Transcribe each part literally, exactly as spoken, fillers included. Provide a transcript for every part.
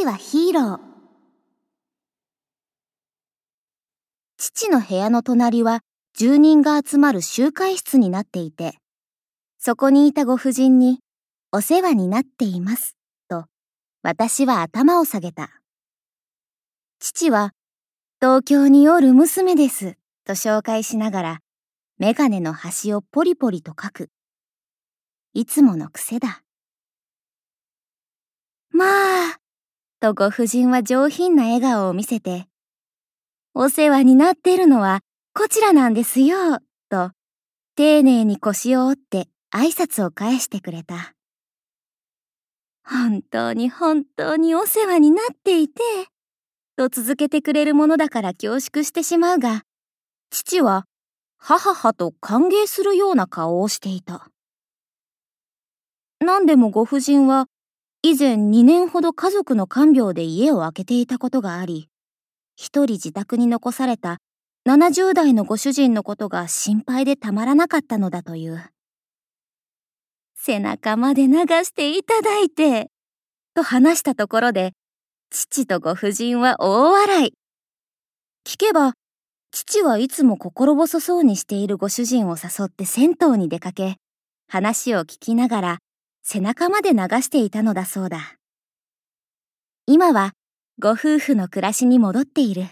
父はヒーロー。父の部屋の隣は住人が集まる集会室になっていて、そこにいたご婦人に、お世話になっています、と、私は頭を下げた。父は、東京におる娘です、と紹介しながら、メガネの端をポリポリと書く。いつもの癖だ。まあ、とご婦人は上品な笑顔を見せて、お世話になってるのはこちらなんですよ、と、丁寧に腰を折って挨拶を返してくれた。本当に本当にお世話になっていて、と続けてくれるものだから恐縮してしまうが、父は、はははと歓迎するような顔をしていた。何でもご婦人は、以前にねんほど家族の看病で家を空けていたことがあり、一人自宅に残されたななじゅう代のご主人のことが心配でたまらなかったのだという。背中まで流していただいて、と話したところで、父とご婦人は大笑い。聞けば、父はいつも心細そうにしているご主人を誘って銭湯に出かけ、話を聞きながら背中まで流していたのだそうだ。今はご夫婦の暮らしに戻っている。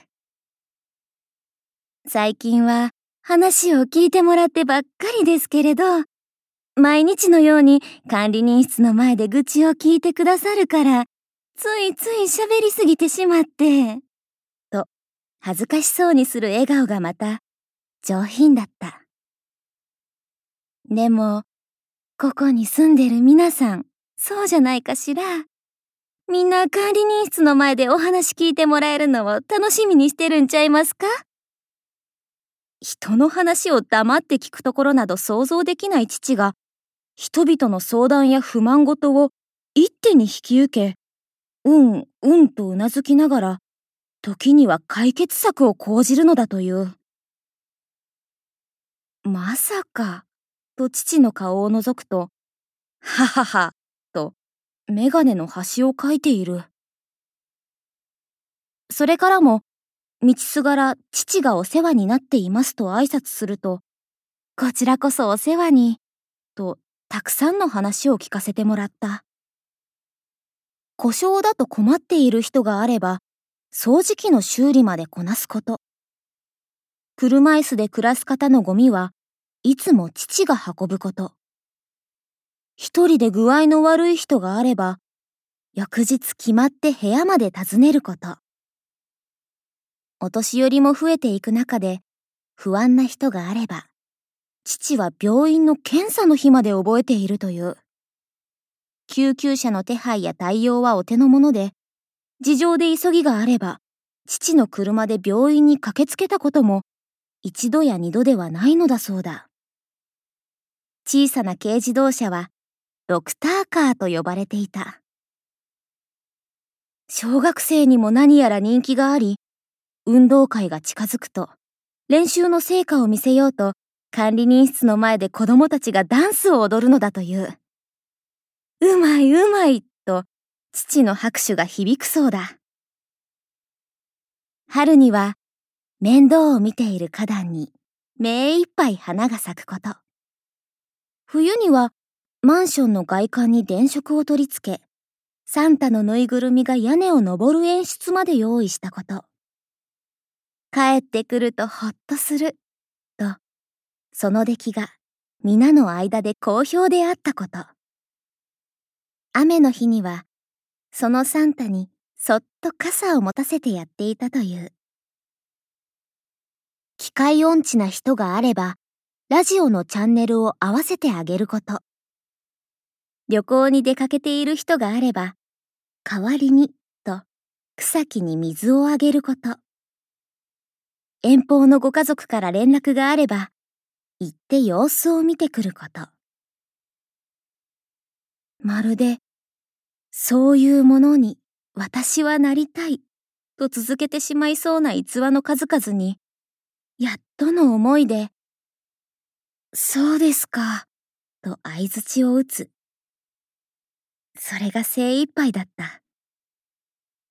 最近は話を聞いてもらってばっかりですけれど、毎日のように管理人室の前で愚痴を聞いてくださるから、ついつい喋りすぎてしまって、と恥ずかしそうにする笑顔がまた上品だった。でも、ここに住んでる皆さん、そうじゃないかしら。みんな管理人室の前でお話聞いてもらえるのを楽しみにしてるんちゃいますか？人の話を黙って聞くところなど想像できない父が、人々の相談や不満事を一手に引き受け、うんうんとうなずきながら、時には解決策を講じるのだという。まさか、と父の顔を覗くと、ははは、とメガネの端を描いている。それからも、道すがら父がお世話になっていますと挨拶すると、こちらこそお世話に、とたくさんの話を聞かせてもらった。故障だと困っている人があれば、掃除機の修理までこなすこと。車椅子で暮らす方のゴミはいつも父が運ぶこと。一人で具合の悪い人があれば、翌日決まって部屋まで訪ねること。お年寄りも増えていく中で、不安な人があれば、父は病院の検査の日まで覚えているという。救急車の手配や対応はお手の物で、事情で急ぎがあれば、父の車で病院に駆けつけたことも、一度や二度ではないのだそうだ。小さな軽自動車は、ドクターカーと呼ばれていた。小学生にも何やら人気があり、運動会が近づくと、練習の成果を見せようと、管理人室の前で子供たちがダンスを踊るのだという。うまいうまいと、父の拍手が響くそうだ。春には、面倒を見ている花壇に、目いっぱい花が咲くこと。冬には、マンションの外観に電飾を取り付け、サンタのぬいぐるみが屋根を登る演出まで用意したこと。帰ってくるとほっとする、と、その出来が皆の間で好評であったこと。雨の日には、そのサンタにそっと傘を持たせてやっていたという。機械音痴な人があれば、ラジオのチャンネルを合わせてあげること。旅行に出かけている人があれば、代わりに、と、草木に水をあげること。遠方のご家族から連絡があれば、行って様子を見てくること。まるで、そういうものに私はなりたい、と続けてしまいそうな逸話の数々に、やっとの思いで、そうですか、と相槌を打つ。それが精一杯だった。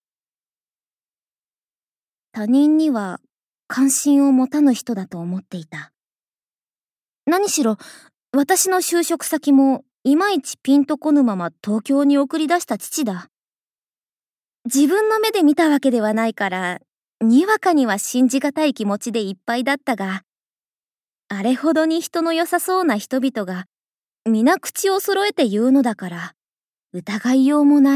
他人には関心を持たぬ人だと思っていた。何しろ、私の就職先もいまいちピンとこぬまま東京に送り出した父だ。自分の目で見たわけではないから、にわかには信じがたい気持ちでいっぱいだったが、あれほどに人の良さそうな人々が皆口を揃えて言うのだから、疑いようもない。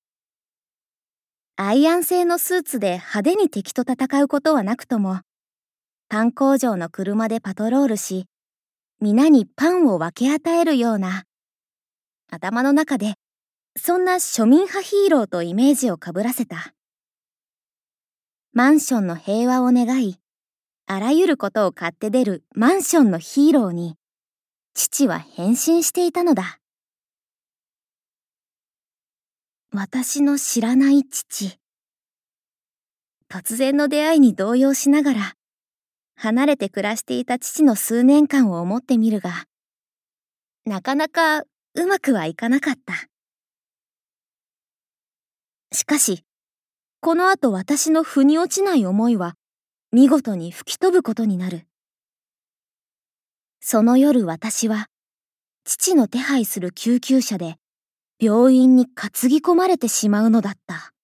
アイアン製のスーツで派手に敵と戦うことはなくとも、パン工場の車でパトロールし、皆にパンを分け与えるような、頭の中でそんな庶民派ヒーローとイメージをかぶらせた。マンションの平和を願い、あらゆることを買って出るマンションのヒーローに、父は変身していたのだ。私の知らない父。突然の出会いに動揺しながら、離れて暮らしていた父の数年間を思ってみるが、なかなかうまくはいかなかった。しかし、この後私の腑に落ちない思いは、見事に吹き飛ぶことになる。その夜私は、父の手配する救急車で、病院に担ぎ込まれてしまうのだった。